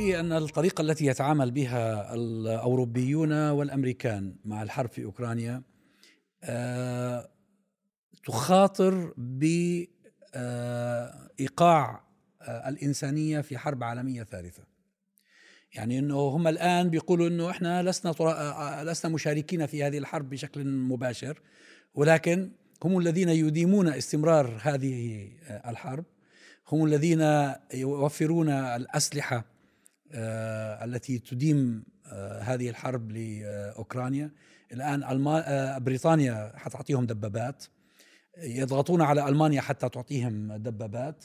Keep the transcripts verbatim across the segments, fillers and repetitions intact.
لي أن الطريقة التي يتعامل بها الأوروبيون والأمريكان مع الحرب في أوكرانيا آه تخاطر بإيقاع آه الإنسانية في حرب عالمية ثالثة. يعني أنه هم الآن بيقولوا أنه إحنا لسنا لسنا مشاركين في هذه الحرب بشكل مباشر، ولكن هم الذين يديمون استمرار هذه الحرب، هم الذين يوفرون الأسلحة آه التي تديم آه هذه الحرب لأوكرانيا. الآن بريطانيا حتعطيهم دبابات، يضغطون على ألمانيا حتى تعطيهم دبابات،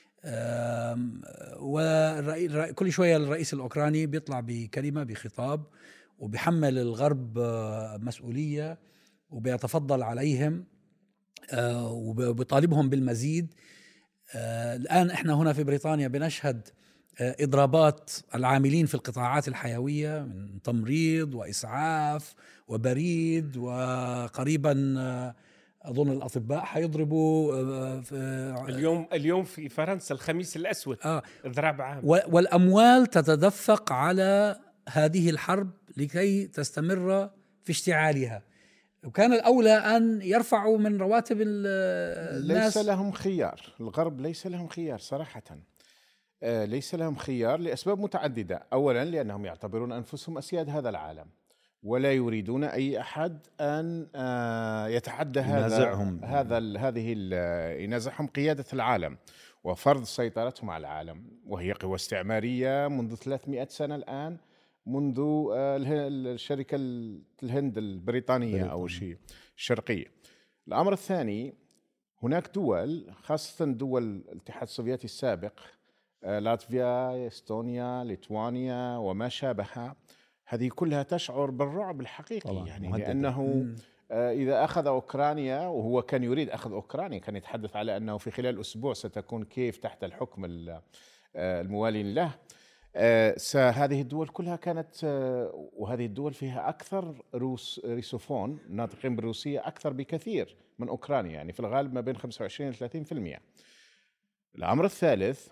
وكل شوية الرئيس الأوكراني بيطلع بكلمة بخطاب وبيحمل الغرب مسؤولية وبيتفضل عليهم وبيطالبهم بالمزيد. الآن احنا هنا في بريطانيا بنشهد إضرابات العاملين في القطاعات الحيوية من تمريض وإسعاف وبريد، وقريبا أظن الأطباء حيضربوا اليوم اليوم في فرنسا الخميس الأسود آه إضراب عام، والأموال تتدفق على هذه الحرب لكي تستمر في اشتعالها. وكان الأولى أن يرفعوا من رواتب الناس. ليس لهم خيار، الغرب ليس لهم خيار صراحة، آه ليس لهم خيار لأسباب متعددة. أولا لأنهم يعتبرون أنفسهم أسياد هذا العالم، ولا يريدون أي أحد أن يتعدى هذا هذا هذه ينازعهم قيادة العالم وفرض سيطرتهم على العالم، وهي قوى استعمارية منذ ثلاثمائة سنة الآن، منذ الشركة الهند البريطانية أو شيء الشرقية. الأمر الثاني، هناك دول خاصة دول الاتحاد السوفيتي السابق، لاتفيا، استونيا، ليتوانيا وما شابهها، هذه كلها تشعر بالرعب الحقيقي، يعني مهددة. لأنه آه إذا أخذ أوكرانيا، وهو كان يريد أخذ أوكرانيا، كان يتحدث على أنه في خلال أسبوع ستكون كييف تحت الحكم آه الموالين له. آه هذه الدول كلها كانت آه وهذه الدول فيها أكثر روس ريسوفون ناطقين بالروسية أكثر بكثير من أوكرانيا، يعني في الغالب ما بين خمسة وعشرين إلى ثلاثين بالمئة. الأمر الثالث،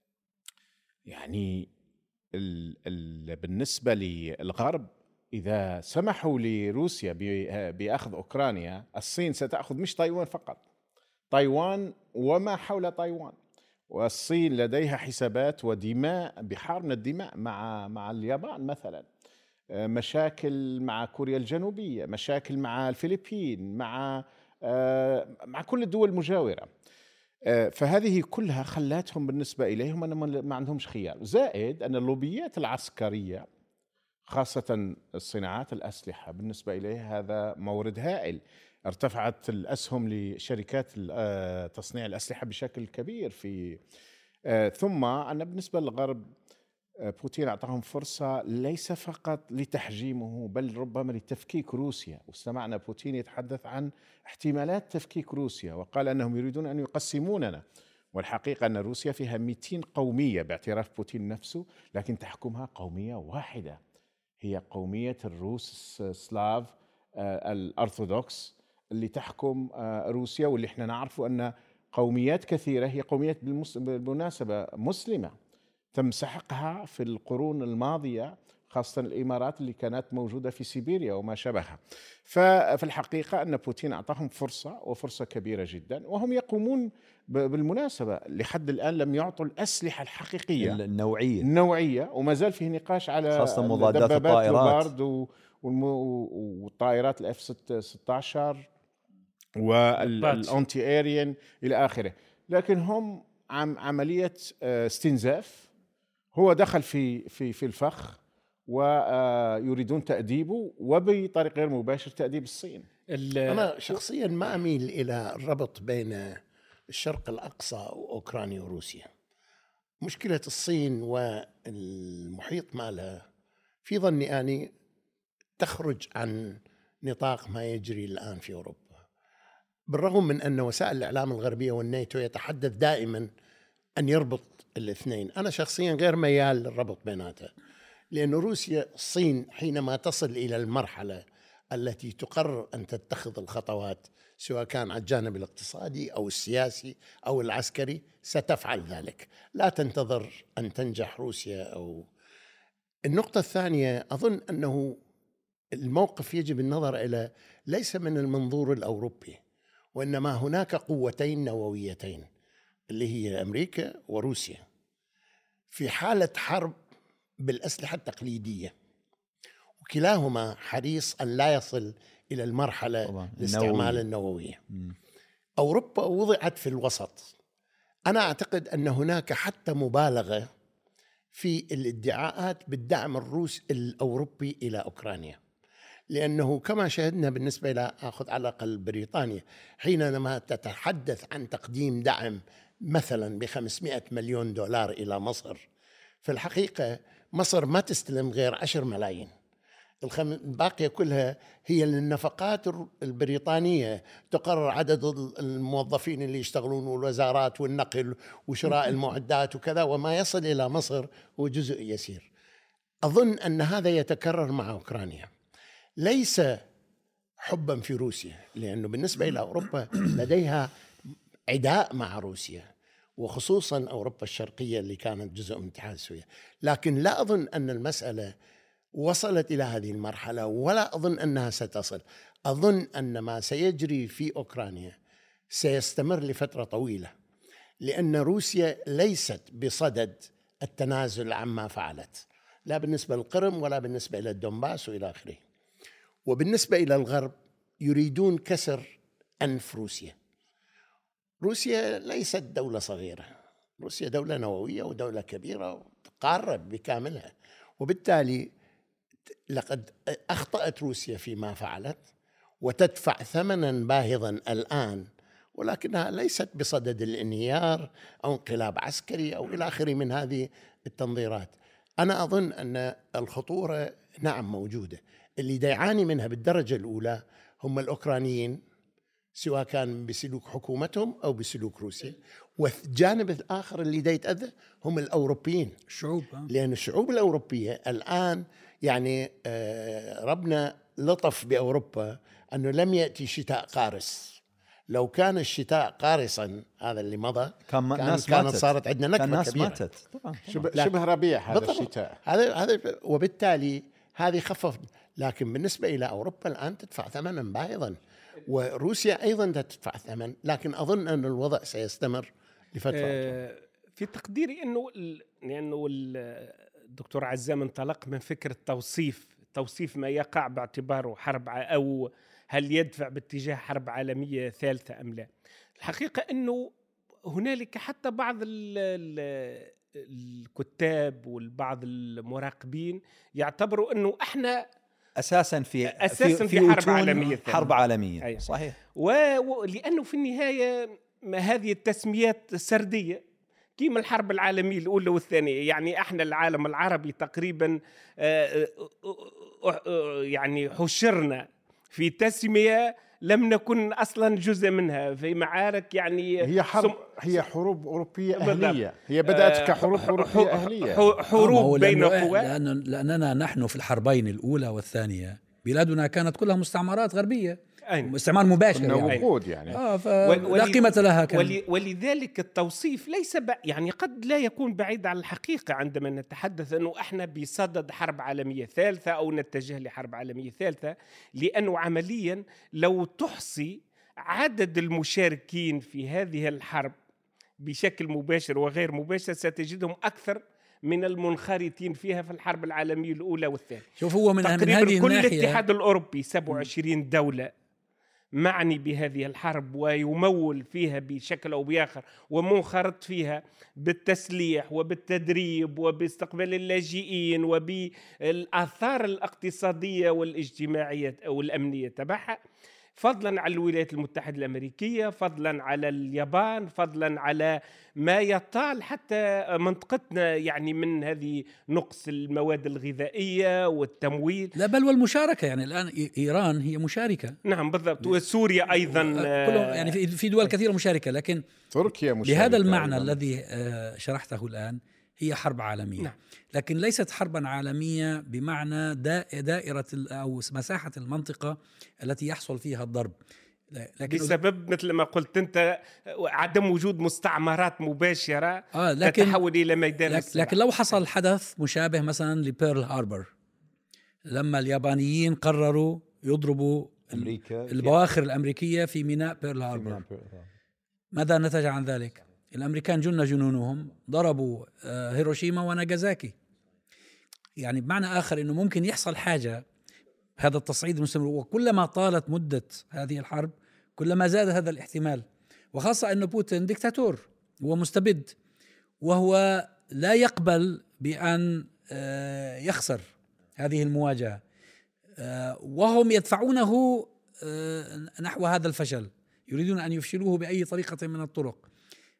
يعني ال ال بالنسبة للغرب إذا سمحوا لروسيا بأخذ أوكرانيا، الصين ستأخذ مش تايوان فقط، تايوان وما حول تايوان. والصين لديها حسابات ودماء، بحار من الدماء مع مع اليابان مثلا، مشاكل مع كوريا الجنوبية، مشاكل مع الفلبين، مع مع كل الدول المجاورة. فهذه كلها خلاتهم بالنسبة إليهم أن ما عندهمش خيار. زائد أن اللوبيات العسكرية خاصة الصناعات الأسلحة بالنسبة إليها هذا مورد هائل. ارتفعت الأسهم لشركات تصنيع الأسلحة بشكل كبير في ثم أن بالنسبة للغرب بوتين أعطاهم فرصة ليس فقط لتحجيمه بل ربما لتفكيك روسيا. واستمعنا بوتين يتحدث عن احتمالات تفكيك روسيا، وقال أنهم يريدون أن يقسموننا، والحقيقة أن روسيا فيها مئتين قومية باعتراف بوتين نفسه، لكن تحكمها قومية واحدة، هي قومية الروس السلاف الأرثوذكس اللي تحكم روسيا، واللي احنا نعرف أن قوميات كثيرة هي قوميات بالمناسبة مسلمة تم سحقها في القرون الماضية، خاصة الإمارات اللي كانت موجودة في سيبيريا وما شابهها. ففي الحقيقة أن بوتين أعطاهم فرصة وفرصة كبيرة جدا، وهم يقومون بالمناسبة لحد الآن لم يعطوا الأسلحة الحقيقية النوعية النوعية وما زال فيه نقاش على خاصة مضادات الطائرات والطائرات الاف ستة عشر والأنتي ايريان إلى آخره. لكن هم عملية استنزاف، هو دخل في في في الفخ ويريدون تأديبه، وبطريق غير مباشر تأديب الصين. أنا شخصيا ما أميل إلى الربط بين الشرق الأقصى وأوكرانيا وروسيا. مشكلة الصين والمحيط مالها في ظني أني تخرج عن نطاق ما يجري الآن في أوروبا، بالرغم من أن وسائل الإعلام الغربية والناتو يتحدث دائما أن يربط الاثنين. أنا شخصيا غير ميال للربط بيناتها، لأن روسيا الصين حينما تصل إلى المرحلة التي تقرر أن تتخذ الخطوات سواء كان على الجانب الاقتصادي أو السياسي أو العسكري ستفعل ذلك. لا تنتظر أن تنجح روسيا أو النقطة الثانية أظن أنه الموقف يجب النظر إلى ليس من المنظور الأوروبي، وإنما هناك قوتين نوويتين اللي هي أمريكا وروسيا في حالة حرب بالأسلحة التقليدية، وكلاهما حريص أن لا يصل إلى المرحلة الاستعمال النووية. أوروبا وضعت في الوسط. أنا أعتقد أن هناك حتى مبالغة في الادعاءات بالدعم الروس الأوروبي إلى أوكرانيا، لأنه كما شاهدنا بالنسبة إلى أخذ على الأقل بريطانيا حينما تتحدث عن تقديم دعم مثلا بخمسمائة مليون دولار إلى مصر، في الحقيقة مصر ما تستلم غير عشر ملايين، الباقية كلها هي للنفقات البريطانية، تقرر عدد الموظفين اللي يشتغلون والوزارات والنقل وشراء المعدات وكذا، وما يصل إلى مصر هو جزء يسير. أظن أن هذا يتكرر مع أوكرانيا، ليس حبا في روسيا، لأنه بالنسبة إلى أوروبا لديها عداء مع روسيا، وخصوصا أوروبا الشرقية اللي كانت جزء من الاتحاد السوفيتي، لكن لا أظن أن المسألة وصلت إلى هذه المرحلة، ولا أظن أنها ستصل. أظن أن ما سيجري في أوكرانيا سيستمر لفترة طويلة، لأن روسيا ليست بصدد التنازل عما فعلت، لا بالنسبة للقرم ولا بالنسبة إلى الدنباس وإلى آخره. وبالنسبة إلى الغرب يريدون كسر أنف روسيا. روسيا ليست دولة صغيرة، روسيا دولة نووية ودولة كبيرة قارة بكاملها، وبالتالي لقد أخطأت روسيا فيما فعلت وتدفع ثمنا باهظا الآن، ولكنها ليست بصدد الانهيار أو انقلاب عسكري أو إلى آخره من هذه التنظيرات. أنا أظن أن الخطورة نعم موجودة، اللي يعاني منها بالدرجة الأولى هم الأوكرانيين، سواء كان بسلوك حكومتهم أو بسلوك روسيا، والجانب الآخر اللي دا يتأذى هم الأوروبيين، الشعوب، لأن الشعوب الأوروبية الآن يعني ربنا لطف بأوروبا أنه لم يأتي شتاء قارس. لو كان الشتاء قارصا هذا اللي مضى كان, كان كانت ماتت. صارت عندنا نكبة كان ناس كبيرة. ماتت طبعا. شبه, شبه ربيع هذا بالضبط. الشتاء هذا هذا وبالتالي هذه خفف. لكن بالنسبة إلى أوروبا الآن تدفع ثمنا باهظا، وروسيا أيضا تدفع ثمن، لكن أظن أن الوضع سيستمر لفترة. آه في تقديري أنه لأنه الدكتور عزام انطلق من فكرة توصيف توصيف ما يقع باعتباره حرب أو هل يدفع باتجاه حرب عالمية ثالثة أم لا. الحقيقة أنه هنالك حتى بعض الكتاب والبعض المراقبين يعتبروا أنه احنا أساساً في أساساً في, في حرب عالمية ثانية. حرب عالمية أيوة. صحيح. ولأنه في النهاية ما هذه التسميات سردية كيما الحرب العالمية الأولى والثانية، يعني احنا العالم العربي تقريبا يعني حشرنا في تسمية لم نكن أصلا جزء منها في معارك، يعني هي حرب هي حروب أوروبية أهلية، هي بدأت كحروب أوروبية أهلية، حروب بين قوى، لأن لأننا نحن في الحربين الأولى والثانية بلادنا كانت كلها مستعمرات غربية، أين؟ استعمار مباشر يعني. وقود يعني آه فلا قيمة لها كان. ولي ولذلك التوصيف ليس ب... يعني قد لا يكون بعيد عن الحقيقة عندما نتحدث أنه احنا بصدد حرب عالمية ثالثة أو نتجه لحرب عالمية ثالثة، لأنه عمليا لو تحصي عدد المشاركين في هذه الحرب بشكل مباشر وغير مباشر ستجدهم أكثر من المنخرطين فيها في الحرب العالمية الأولى والثانية. شوف هو من تقريبا هذه كل الناحية الاتحاد الأوروبي سبعة وعشرين دولة معني بهذه الحرب ويمول فيها بشكل أو بآخر ومنخرط فيها بالتسليح وبالتدريب وباستقبال اللاجئين وبالآثار الاقتصادية والاجتماعية والأمنية تبعها، فضلا على الولايات المتحدة الأمريكية، فضلا على اليابان، فضلا على ما يطال حتى منطقتنا يعني من هذه نقص المواد الغذائية والتمويل. لا بل والمشاركة، يعني الآن إيران هي مشاركة. نعم بالضبط، وسوريا أيضا يعني في دول كثيرة مشاركة، لكن تركيا مشاركة بهذا المعنى أيضاً. الذي شرحته الآن هي حرب عالمية. نعم. لكن ليست حربا عالمية بمعنى دائرة أو مساحة المنطقة التي يحصل فيها الضرب. لكن بسبب مثل ما قلت أنت عدم وجود مستعمرات مباشرة آه لكن تتحول إلى ميدان لكن, الصراع. لكن لو حصل حدث مشابه مثلا لبيرل هاربر، لما اليابانيين قرروا يضربوا أمريكا البواخر الأمريكية في ميناء بيرل هاربر، ماذا نتج عن ذلك؟ الأمريكان جن جنونهم، ضربوا هيروشيما وناغازاكي. يعني بمعنى آخر أنه ممكن يحصل حاجة، هذا التصعيد المستمر، وكلما طالت مدة هذه الحرب كلما زاد هذا الاحتمال، وخاصة أنه بوتين ديكتاتور ومستبد، وهو لا يقبل بأن يخسر هذه المواجهة، وهم يدفعونه نحو هذا الفشل، يريدون أن يفشلوه بأي طريقة من الطرق.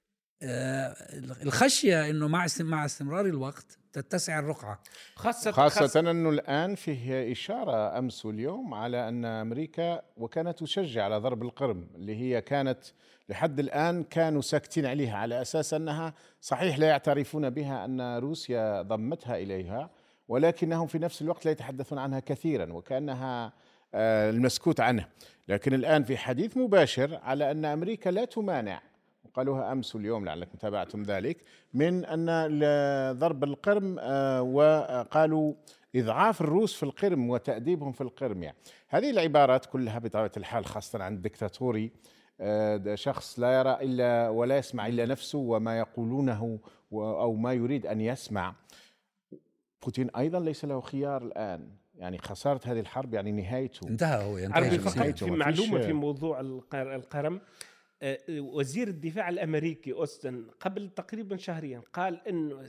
الخشية أنه مع مع استمرار الوقت تتسع الرقعة، خاصة, خاصة, خاصة أنه الآن فيه إشارة أمس واليوم على أن أمريكا وكانت تشجع على ضرب القرم، اللي هي كانت لحد الآن كانوا ساكتين عليها على أساس أنها صحيح لا يعترفون بها أن روسيا ضمتها إليها، ولكنهم في نفس الوقت لا يتحدثون عنها كثيرا وكأنها المسكوت عنه. لكن الآن في حديث مباشر على أن أمريكا لا تمانع، وقالوها أمس واليوم لعلكم تابعتم ذلك، من أن ضرب القرم، وقالوا إضعاف الروس في القرم وتأديبهم في القرم. يعني هذه العبارات كلها بطبيعة الحال خاصة عند الدكتاتوري، شخص لا يرى إلا ولا يسمع إلا نفسه وما يقولونه أو ما يريد أن يسمع. بوتين أيضا ليس له خيار الآن، يعني خسارة هذه الحرب يعني نهايته، انتهى هو ينتهي. فقط في معلومة في موضوع القرم، وزير الدفاع الأمريكي أوستن قبل تقريبا شهرين قال إنه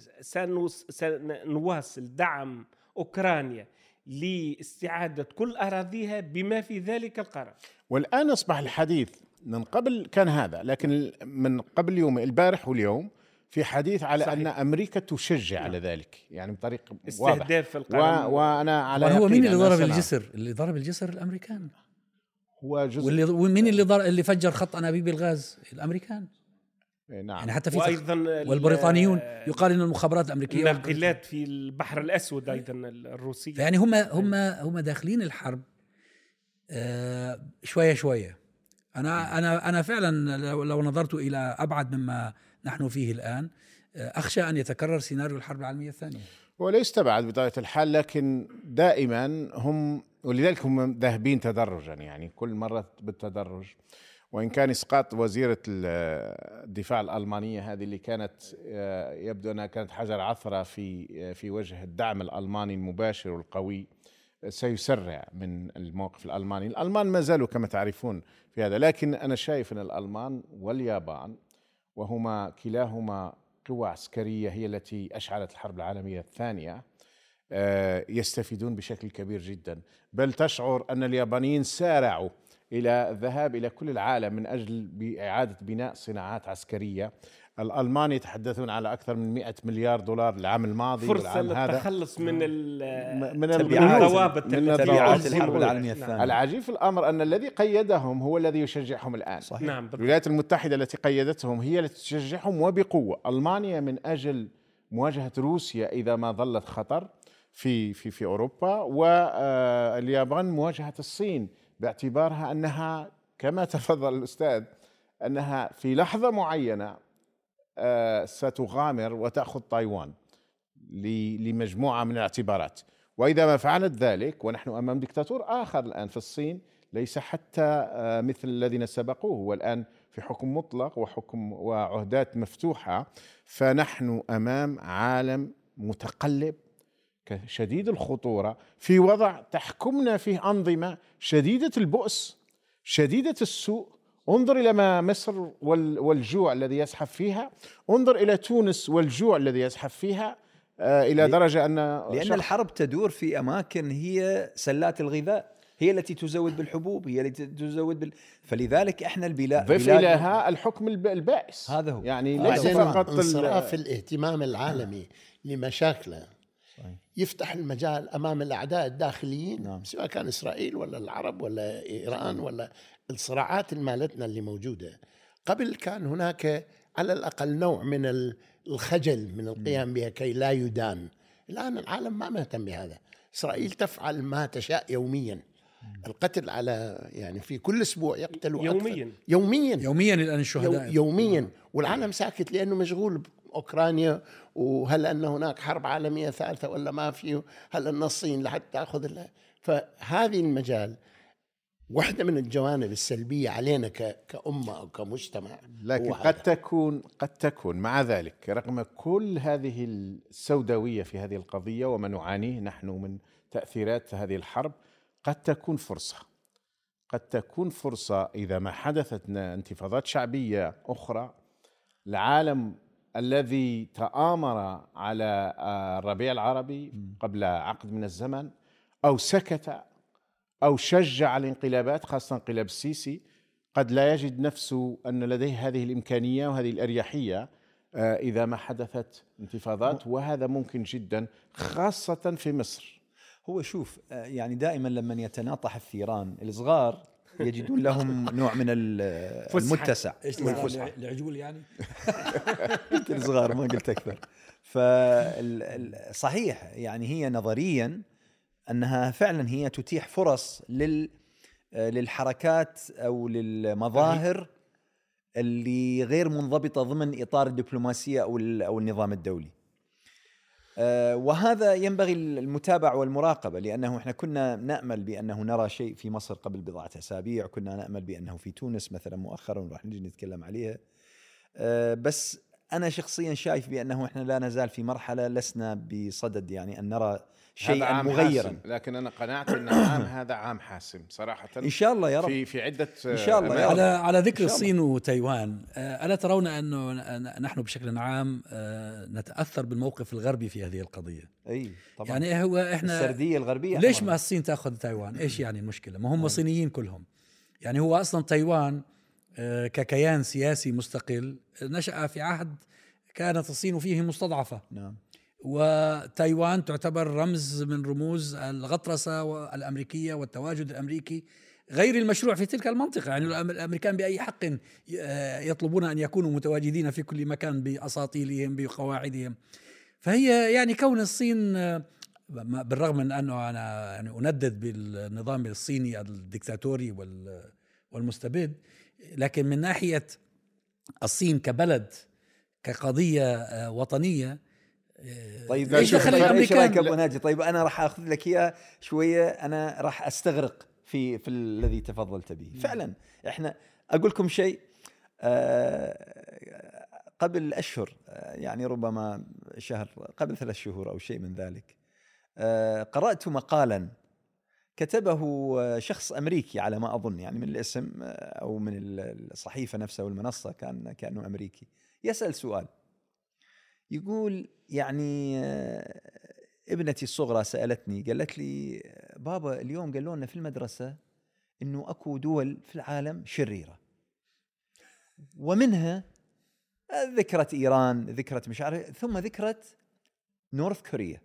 سنواصل دعم أوكرانيا لاستعادة كل أراضيها بما في ذلك القرم. والآن أصبح الحديث، من قبل كان هذا، لكن من قبل يوم البارح واليوم في حديث على صحيح. أن أمريكا تشجع نعم. على ذلك، يعني بطريقة استهداف القرم. و... وأنا على هو مين اللي ضرب الجسر؟ اللي ضرب الجسر الأمريكان. هو جزء. واللي ومين اللي ضر... اللي فجر خط أنابيب الغاز؟ الأمريكان. نعم. يعني حتى في وأيضا والبريطانيون يقال إن المخابرات الأمريكية ناقلات في البحر الأسود أيضا الروسية. يعني هم هم هم داخلين الحرب آه شوية شوية. أنا أنا أنا فعلا لو, لو نظرت إلى أبعد مما نحن فيه الآن أخشى أن يتكرر سيناريو الحرب العالمية الثانية. وليس تبعد بطبيعة الحال، لكن دائما هم، ولذلك هم ذاهبين تدرجا، يعني كل مرة بالتدرج. وإن كان إسقاط وزيرة الدفاع الألمانية هذه اللي كانت يبدو أنها كانت حجر عثرة في في وجه الدعم الألماني المباشر والقوي سيسرع من الموقف الألماني. الألمان ما زالوا كما تعرفون في هذا، لكن أنا شايف أن الألمان واليابان، وهما كلاهما قوى عسكرية هي التي أشعلت الحرب العالمية الثانية، يستفيدون بشكل كبير جدا. بل تشعر أن اليابانيين سارعوا إلى الذهاب إلى كل العالم من أجل إعادة بناء صناعات عسكرية. الألمان يتحدثون على أكثر من مئة مليار دولار العام الماضي، فرصة للتخلص من من الروابط من تبعات الحرب العالمية الثانية. العجيب في الأمر أن الذي قيدهم هو الذي يشجعهم الآن. صحيح. نعم. الولايات المتحدة التي قيدتهم هي التي تشجعهم وبقوة. ألمانيا من أجل مواجهة روسيا إذا ما ظلت خطر في في في أوروبا، واليابان مواجهة الصين باعتبارها أنها كما تفضل الأستاذ أنها في لحظة معينة ستغامر وتأخذ تايوان لمجموعة من الاعتبارات. وإذا ما فعلت ذلك، ونحن أمام دكتاتور آخر الآن في الصين ليس حتى مثل الذين سبقوه، والآن في حكم مطلق وحكم وعهدات مفتوحة، فنحن أمام عالم متقلب شديد الخطورة في وضع تحكمنا فيه أنظمة شديدة البؤس شديدة السوء. انظر إلى ما مصر والجوع الذي يزحف فيها، انظر إلى تونس والجوع الذي يزحف فيها، إلى درجة أن لأن الحرب تدور في أماكن هي سلات الغذاء، هي التي تزود بالحبوب، هي التي تزود بال... فلذلك إحنا البلاد ضيف إليها الحكم البائس. هذا هو يعني ليس فقط انصراف الاهتمام العالمي لمشاكله يفتح المجال أمام الأعداء الداخليين. نعم. سواء كان إسرائيل ولا العرب ولا إيران ولا الصراعات المالتنا اللي موجودة. قبل كان هناك على الأقل نوع من الخجل من القيام بها كي لا يدان. الآن العالم ما مهتم بهذا. إسرائيل تفعل ما تشاء يوميا القتل على يعني في كل أسبوع يقتلوا يومياً. أكثر. يوميا يوميا الآن الشهداء يو يوميا والعالم ساكت لأنه مشغول بأوكرانيا، وهل أن هناك حرب عالمية ثالثة ولا ما في، هل أن الصين لحد تأخذ ال... فهذه المجال واحدة من الجوانب السلبية علينا كأمة أو كمجتمع. لكن قد تكون قد تكون مع ذلك رغم كل هذه السوداوية في هذه القضية وما نعانيه نحن من تأثيرات هذه الحرب، قد تكون فرصة قد تكون فرصة إذا ما حدثت انتفاضات شعبية أخرى. العالم الذي تآمر على الربيع العربي قبل عقد من الزمن أو سكت أو شجع الانقلابات، خاصة انقلاب السيسي، قد لا يجد نفسه أن لديه هذه الإمكانية وهذه الأريحية إذا ما حدثت انتفاضات، وهذا ممكن جدا خاصة في مصر. هو شوف يعني دائما لما يتناطح الثيران الصغار يجدون لهم نوع من المتسع والفسحة. العجول يعني قلت الصغار ما قلت أكثر. فصحيح يعني هي نظريا أنها فعلا هي تتيح فرص لل للحركات أو للمظاهر اللي غير منضبطة ضمن إطار الدبلوماسية أو أو النظام الدولي. وهذا ينبغي المتابعة والمراقبة، لأنه إحنا كنا نأمل بأنه نرى شيء في مصر قبل بضعة أسابيع، كنا نأمل بأنه في تونس مثلا مؤخرا، راح نجي نتكلم عليها. بس أنا شخصيا شايف بأنه إحنا لا نزال في مرحلة لسنا بصدد يعني أن نرى شيئا مغيرا. لكن أنا قناعت أن العام هذا عام حاسم صراحة إن شاء الله يا رب. في في عدة إن شاء الله يا رب. على على ذكر الصين وتايوان، ألا ترون أنه نحن بشكل عام نتأثر بالموقف الغربي في هذه القضية؟ أي طبعا. يعني هو إحنا السردية الغربية، ليش ما الصين تأخذ تايوان؟ إيش يعني المشكلة؟ ما هم صينيين كلهم. يعني هو أصلا تايوان ككيان سياسي مستقل نشأ في عهد كانت الصين فيه مستضعفة. نعم. وتايوان تعتبر رمز من رموز الغطرسة الأمريكية والتواجد الأمريكي غير المشروع في تلك المنطقة. يعني الأمريكان بأي حق يطلبون أن يكونوا متواجدين في كل مكان بأساطيلهم بقواعدهم. فهي يعني كون الصين بالرغم من أنه أنا يعني أندد بالنظام الصيني الدكتاتوري والمستبد، لكن من ناحية الصين كبلد كقضية وطنية. طيب ايش دخل الامريكان؟ ابو ناجي طيب انا راح اخذ لك اياه شويه، انا راح استغرق في في الذي تفضلت به. فعلا احنا اقول لكم شيء، آه قبل اشهر يعني ربما شهر قبل ثلاث شهور او شيء من ذلك، آه قرات مقالا كتبه شخص امريكي على ما اظن، يعني من الاسم او من الصحيفه نفسها والمنصه كان كانه امريكي، يسال سؤال يقول يعني ابنتي الصغرى سألتني قالت لي بابا اليوم قالوا لنا في المدرسة إنه أكو دول في العالم شريرة، ومنها ذكرت إيران، ذكرت مش عارف، ثم ذكرت نورث كوريا.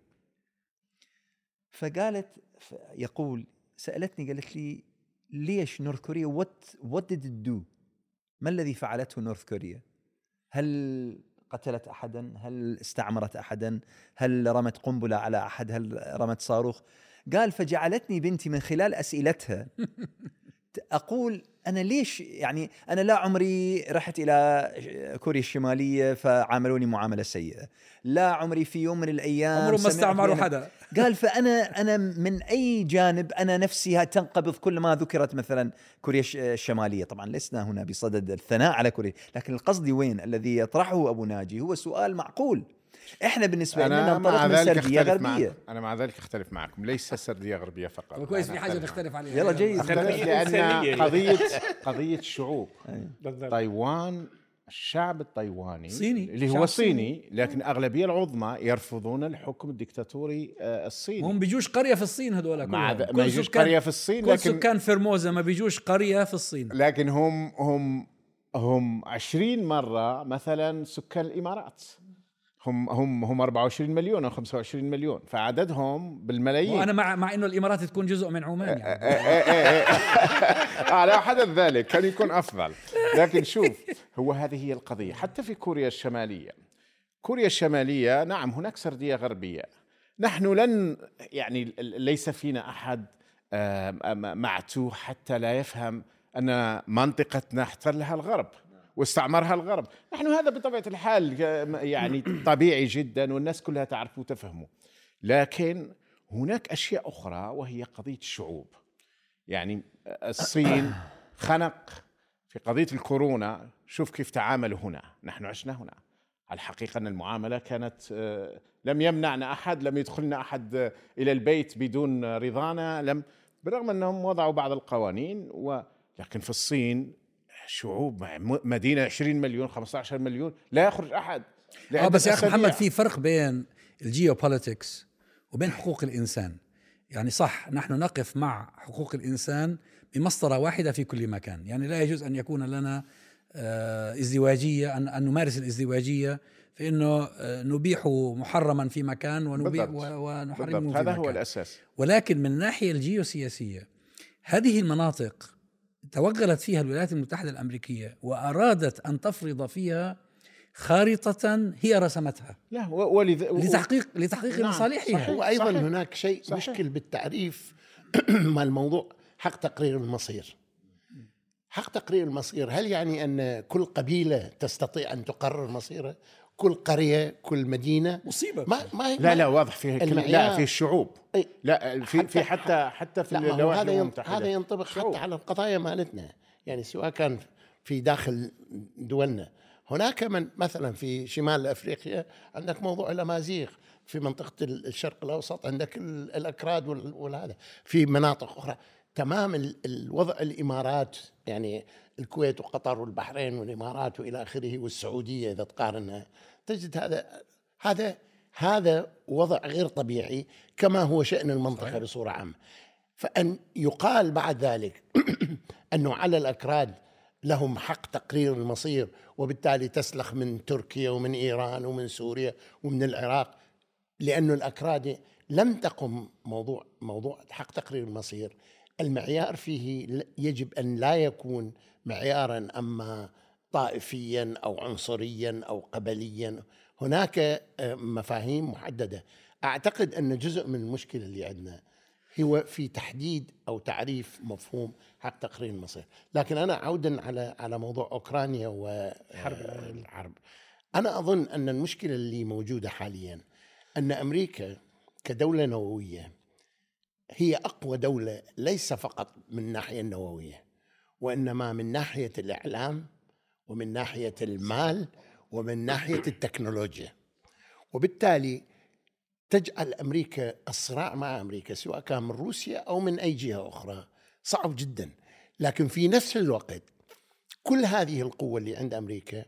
فقالت يقول سألتني قالت لي ليش نورث كوريا؟ what what did it do؟ ما الذي فعلته نورث كوريا؟ هل قتلت أحدا؟ هل استعمرت أحدا؟ هل رمت قنبلة على أحد؟ هل رمت صاروخ؟ قال فجعلتني بنتي من خلال أسئلتها أقول أنا ليش يعني أنا لا عمري رحت إلى كوريا الشمالية فعاملوني معاملة سيئة، لا عمري في يوم من الأيام عمره ما استعمروا حدا. قال فأنا أنا من أي جانب أنا نفسي تنقبض كل ما ذكرت مثلا كوريا الشمالية. طبعا لسنا هنا بصدد الثناء على كوريا، لكن القصد وين الذي يطرحه أبو ناجي هو سؤال معقول. إحنا بالنسبة لنا ننطلق من سردية غربية. أنا مع ذلك أختلف معكم، ليس سردية غربية فقط. كويس في حاجة نختلف عليها. يلا جيد. لأن قضية قضية شعوب تايوان، الشعب التايواني صيني اللي هو صيني، لكن أغلبية العظمى يرفضون الحكم الدكتاتوري الصيني. هم بيجوش قرية في الصين هذول ما بيجوش قرية في الصين، كل لكن سكان فرموزة ما بيجوش قرية في الصين، لكن هم هم هم عشرين مرة مثلا سكان الإمارات. هم هم هم أربعة وعشرين مليون أو خمسة وعشرين مليون، فعددهم بالملايين. وأنا مع مع إنه الإمارات تكون جزء من عمان يعني. على حدث ذلك كان يكون أفضل. لكن شوف، هو هذه هي القضية. حتى في كوريا الشمالية، كوريا الشمالية نعم هناك سردية غربية، نحن لن يعني ليس فينا أحد معتوه حتى لا يفهم أن منطقتنا احتلها الغرب واستعمرها الغرب. نحن هذا بطبيعة الحال يعني طبيعي جدا والناس كلها تعرف وتفهمه، لكن هناك أشياء أخرى وهي قضية الشعوب. يعني الصين خنق في قضية الكورونا، شوف كيف تعاملوا هنا، نحن عشنا هنا. الحقيقة أن المعاملة كانت لم يمنعنا أحد، لم يدخلنا أحد إلى البيت بدون رضانا، لم بالرغم أنهم وضعوا بعض القوانين و... لكن في الصين شعوب مدينة عشرين مليون خمسة عشر مليون لا يخرج أحد. آه بس يا أخي محمد في فرق بين الجيوبوليتكس وبين حقوق الإنسان. يعني صح نحن نقف مع حقوق الإنسان بمسطرة واحدة في كل مكان، يعني لا يجوز أن يكون لنا ازدواجية، أن نمارس الازدواجية في أنه نبيح محرما في مكان ونبيح ونحرمه في هذا مكان. هو الأساس. ولكن من الناحية الجيوسياسية هذه المناطق توغلت فيها الولايات المتحدة الأمريكية وأرادت أن تفرض فيها خارطة هي رسمتها لا ولذ... لتحقيق لتحقيق نعم مصالحها. وأيضا صحيح. هناك شيء صحيح. مشكل بالتعريف مع الموضوع حق تقرير المصير. حق تقرير المصير هل يعني أن كل قبيلة تستطيع أن تقرر مصيرها؟ كل قرية، كل مدينة؟ مصيبة. ما ما لا لا واضح فيه لا في الشعوب، أي لا في في حتى حتى في اللوائح هذا المتحدة. هذا ينطبق شعوب. حتى على القضايا مالتنا، يعني سواء كان في داخل دولنا. هناك من مثلا في شمال أفريقيا عندك موضوع الأمازيغ، في منطقة الشرق الأوسط عندك الأكراد والهذا، في مناطق أخرى تمام الوضع. الإمارات يعني الكويت وقطر والبحرين والإمارات وإلى آخره والسعودية إذا تقارنها تجد هذا هذا هذا وضع غير طبيعي كما هو شأن المنطقة صحيح. بصورة عامة. فأن يقال بعد ذلك أنه على الأكراد لهم حق تقرير المصير وبالتالي تسلخ من تركيا ومن إيران ومن سوريا ومن العراق، لأن الأكراد لم تقم موضوع موضوع حق تقرير المصير. المعيار فيه يجب أن لا يكون معياراً أما طائفياً أو عنصرياً أو قبلياً. هناك مفاهيم محددة. أعتقد أن جزء من المشكلة اللي عندنا هو في تحديد أو تعريف مفهوم حق تقرير المصير. لكن أنا عوداً على على موضوع أوكرانيا والحرب، أنا أظن أن المشكلة اللي موجودة حالياً أن أمريكا كدولة نووية هي أقوى دولة، ليس فقط من الناحية النووية وإنما من ناحية الإعلام ومن ناحية المال ومن ناحية التكنولوجيا. وبالتالي تجعل أمريكا الصراع مع أمريكا سواء كان من روسيا أو من أي جهة أخرى صعب جدا. لكن في نفس الوقت كل هذه القوة اللي عند أمريكا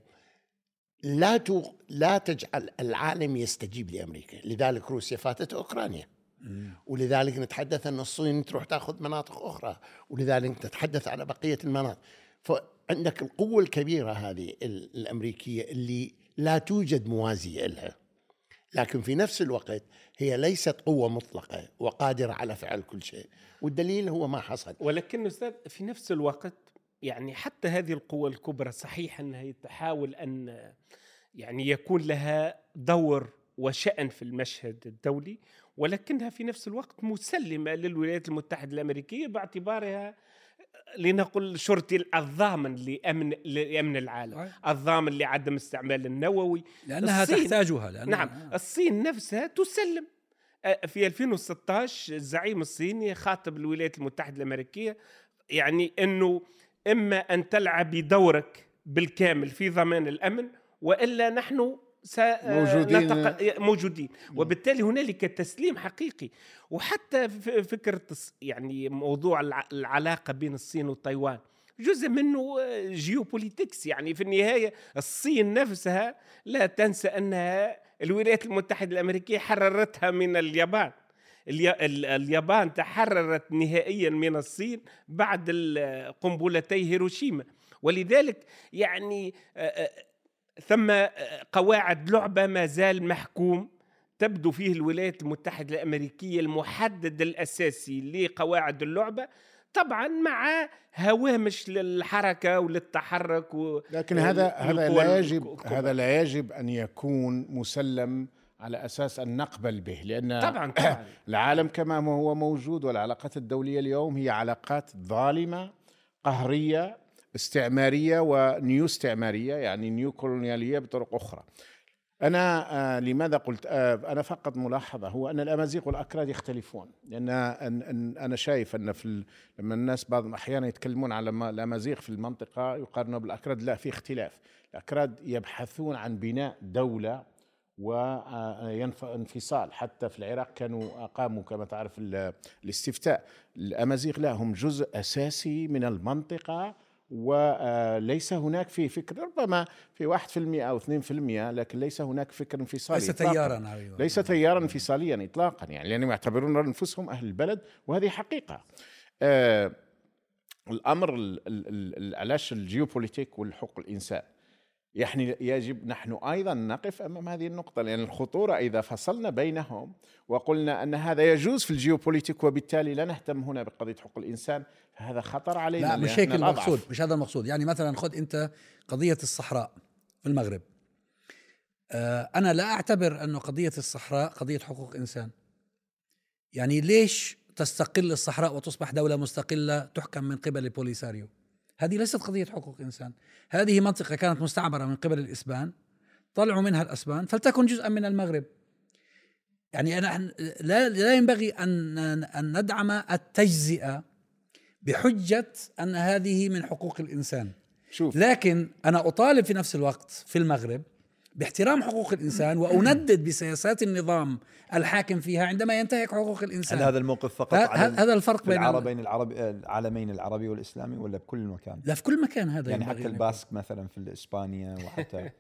لا لا تجعل العالم يستجيب لأمريكا. لذلك روسيا فاتت أوكرانيا، ولذلك نتحدث أن الصين تروح تأخذ مناطق أخرى، ولذلك نتحدث على بقية المناطق. فعندك القوة الكبيرة هذه الأمريكية اللي لا توجد موازية لها، لكن في نفس الوقت هي ليست قوة مطلقة وقادرة على فعل كل شيء، والدليل هو ما حصل. ولكن أستاذ في نفس الوقت يعني حتى هذه القوة الكبرى صحيح أنها تحاول أن يعني يكون لها دور وشأن في المشهد الدولي، ولكنها في نفس الوقت مسلمة للولايات المتحدة الأمريكية باعتبارها لنقل شرطي الضامن لأمن لأمن العالم، الضامن لعدم استعمال النووي، لأنها تحتاجها. لأنها نعم آه. الصين نفسها تسلم. في ألفين وستة عشر الزعيم الصيني خاطب الولايات المتحدة الأمريكية يعني أنه إما أن تلعب دورك بالكامل في ضمان الأمن وإلا نحن موجودين, نتق... موجودين. وبالتالي هنالك تسليم حقيقي. وحتى فكرة يعني موضوع العلاقة بين الصين وتايوان جزء منه جيوبوليتكس. يعني في النهاية الصين نفسها لا تنسى أنها الولايات المتحدة الأمريكية حررتها من اليابان. اليابان تحررت نهائيا من الصين بعد قنبلتي هيروشيما، ولذلك يعني ثم قواعد لعبة ما زال محكوم تبدو فيه الولايات المتحدة الأمريكية المحدد الأساسي لقواعد اللعبة، طبعا مع هوامش للحركة وللتحرك و... لكن هذا هذا لا يجب هذا لا يجب أن يكون مسلم على أساس أن نقبل به، لأن طبعا طبعا العالم كما هو موجود والعلاقات الدولية اليوم هي علاقات ظالمة قهرية استعمارية ونيو استعمارية، يعني نيو كولونيالية بطرق أخرى. أنا آه لماذا قلت آه أنا فقط ملاحظة هو أن الأمازيغ والأكراد يختلفون، لأن أن أن أنا شايف أن في لما الناس بعض الأحيان يتكلمون على الأمازيغ في المنطقة يقارنوا بالأكراد، لا، في اختلاف. الأكراد يبحثون عن بناء دولة وانفصال، حتى في العراق كانوا أقاموا كما تعرف الاستفتاء. الأمازيغ لا، هم جزء أساسي من المنطقة، وليس هناك في فكر، ربما في واحد في المئة أو اثنين في المئة، لكن ليس هناك فكر انفصالي، ليس تيارا ليس تيارا انفصاليا إطلاقا، يعني لأنهم يعتبرون أنفسهم أهل البلد، وهذه حقيقة. آه الأمر علاش الجيوبوليتيك والحقوق الإنسان، يعني يجب نحن أيضا نقف أمام هذه النقطة، لأن الخطورة إذا فصلنا بينهم وقلنا أن هذا يجوز في الجيوبوليتيك وبالتالي لا نهتم هنا بقضية حقوق الإنسان، فهذا خطر علينا. لا، مش هيك المقصود، مش هذا المقصود. يعني مثلا خذ أنت قضية الصحراء في المغرب، آه أنا لا أعتبر أنه قضية الصحراء قضية حقوق إنسان. يعني ليش تستقل الصحراء وتصبح دولة مستقلة تحكم من قبل البوليساريو؟ هذه ليست قضية حقوق إنسان، هذه منطقة كانت مستعمرة من قبل الإسبان، طلعوا منها الأسبان فلتكن جزءا من المغرب. يعني أنا لا, لا ينبغي أن, أن ندعم التجزئة بحجة أن هذه من حقوق الإنسان. شوف. لكن أنا أطالب في نفس الوقت في المغرب باحترام حقوق الإنسان، وأندد بسياسات النظام الحاكم فيها عندما ينتهك حقوق الإنسان. هل هذا الموقف فقط هذا الفرق بين العربين العربي العالمين العربي والإسلامي، ولا بكل مكان؟ لا، في كل مكان. هذا يعني حتى الباسك مثلا في إسبانيا وحتى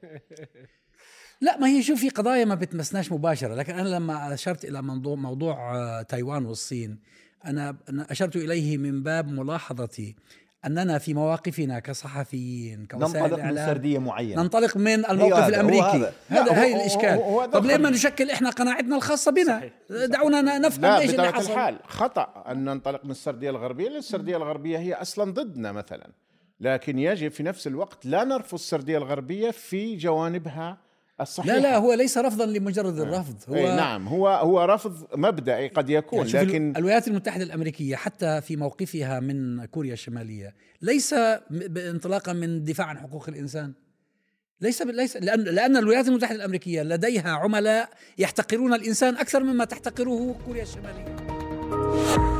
لا، ما هي شوف، في قضايا ما بتمسناش مباشرة، لكن أنا لما أشرت إلى موضوع موضوع تايوان والصين، أنا أشرت إليه من باب ملاحظتي أننا في مواقفنا كصحفيين كوسائل ننطلق من سردية معينة، ننطلق من الموقف الأمريكي. هذا هي الإشكال. طب ليه ما نشكل إحنا قناعتنا الخاصة بنا؟ صحيح. دعونا نفهم إيش اللي حصل. الحال خطأ أن ننطلق من السردية الغربية، لأن السردية الغربية هي أصلا ضدنا مثلا، لكن يجب في نفس الوقت لا نرفض السردية الغربية في جوانبها الصحيحة. لا لا، هو ليس رفضا لمجرد الرفض، هو أي نعم، هو هو رفض مبدئي قد يكون، يعني لكن الولايات المتحدة الأمريكية حتى في موقفها من كوريا الشمالية ليس انطلاقا من دفاع عن حقوق الإنسان، ليس ليس لأن لأن الولايات المتحدة الأمريكية لديها عملاء يحتقرون الإنسان أكثر مما تحتقره كوريا الشمالية.